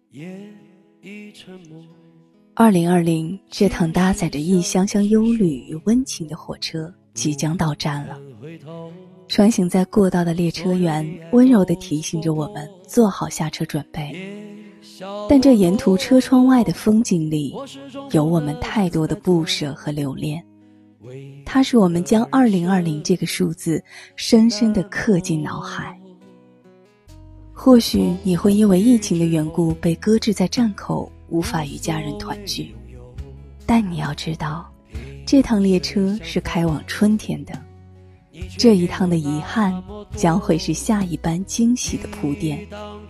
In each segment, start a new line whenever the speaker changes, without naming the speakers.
2020这趟搭载着一箱箱忧虑与温情的火车即将到站了。穿行在过道的列车员温柔地提醒着我们做好下车准备，但这沿途车窗外的风景里有我们太多的不舍和留恋，它使我们将2020这个数字深深地刻进脑海。或许你会因为疫情的缘故被搁置在站口，无法与家人团聚，但你要知道，这趟列车是开往春天的，这一趟的遗憾将会是下一班惊喜的铺垫。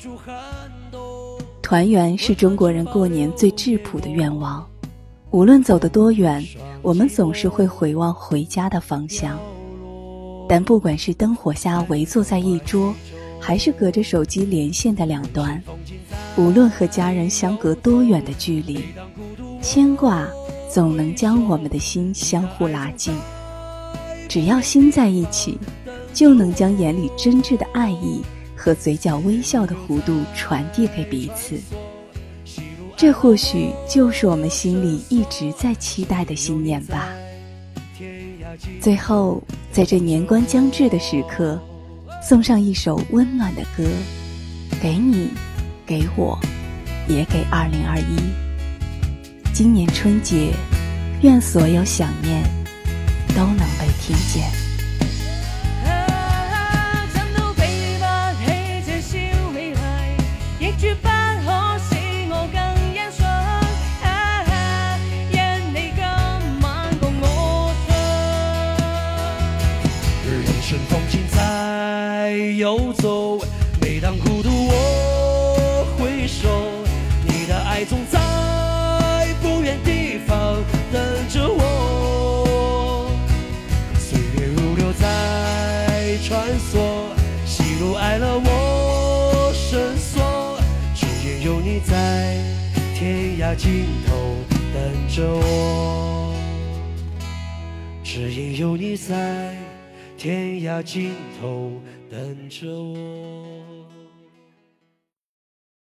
团圆是中国人过年最质朴的愿望，无论走得多远，我们总是会回望回家的方向。但不管是灯火下围坐在一桌，还是隔着手机连线的两端，无论和家人相隔多远的距离，牵挂总能将我们的心相互拉近。只要心在一起，就能将眼里真挚的爱意和嘴角微笑的弧度传递给彼此。这或许就是我们心里一直在期待的新年吧。最后，在这年关将至的时刻，送上一首温暖的歌，给你，给我，也给2021。今年春节，愿所有想念都能被听见。
游走，每当孤独我回首，你的爱总在不远地方等着我。岁月如流在穿梭，喜怒哀乐我深锁，只因有你在天涯尽头等着我，只因有你在天涯尽头等着我。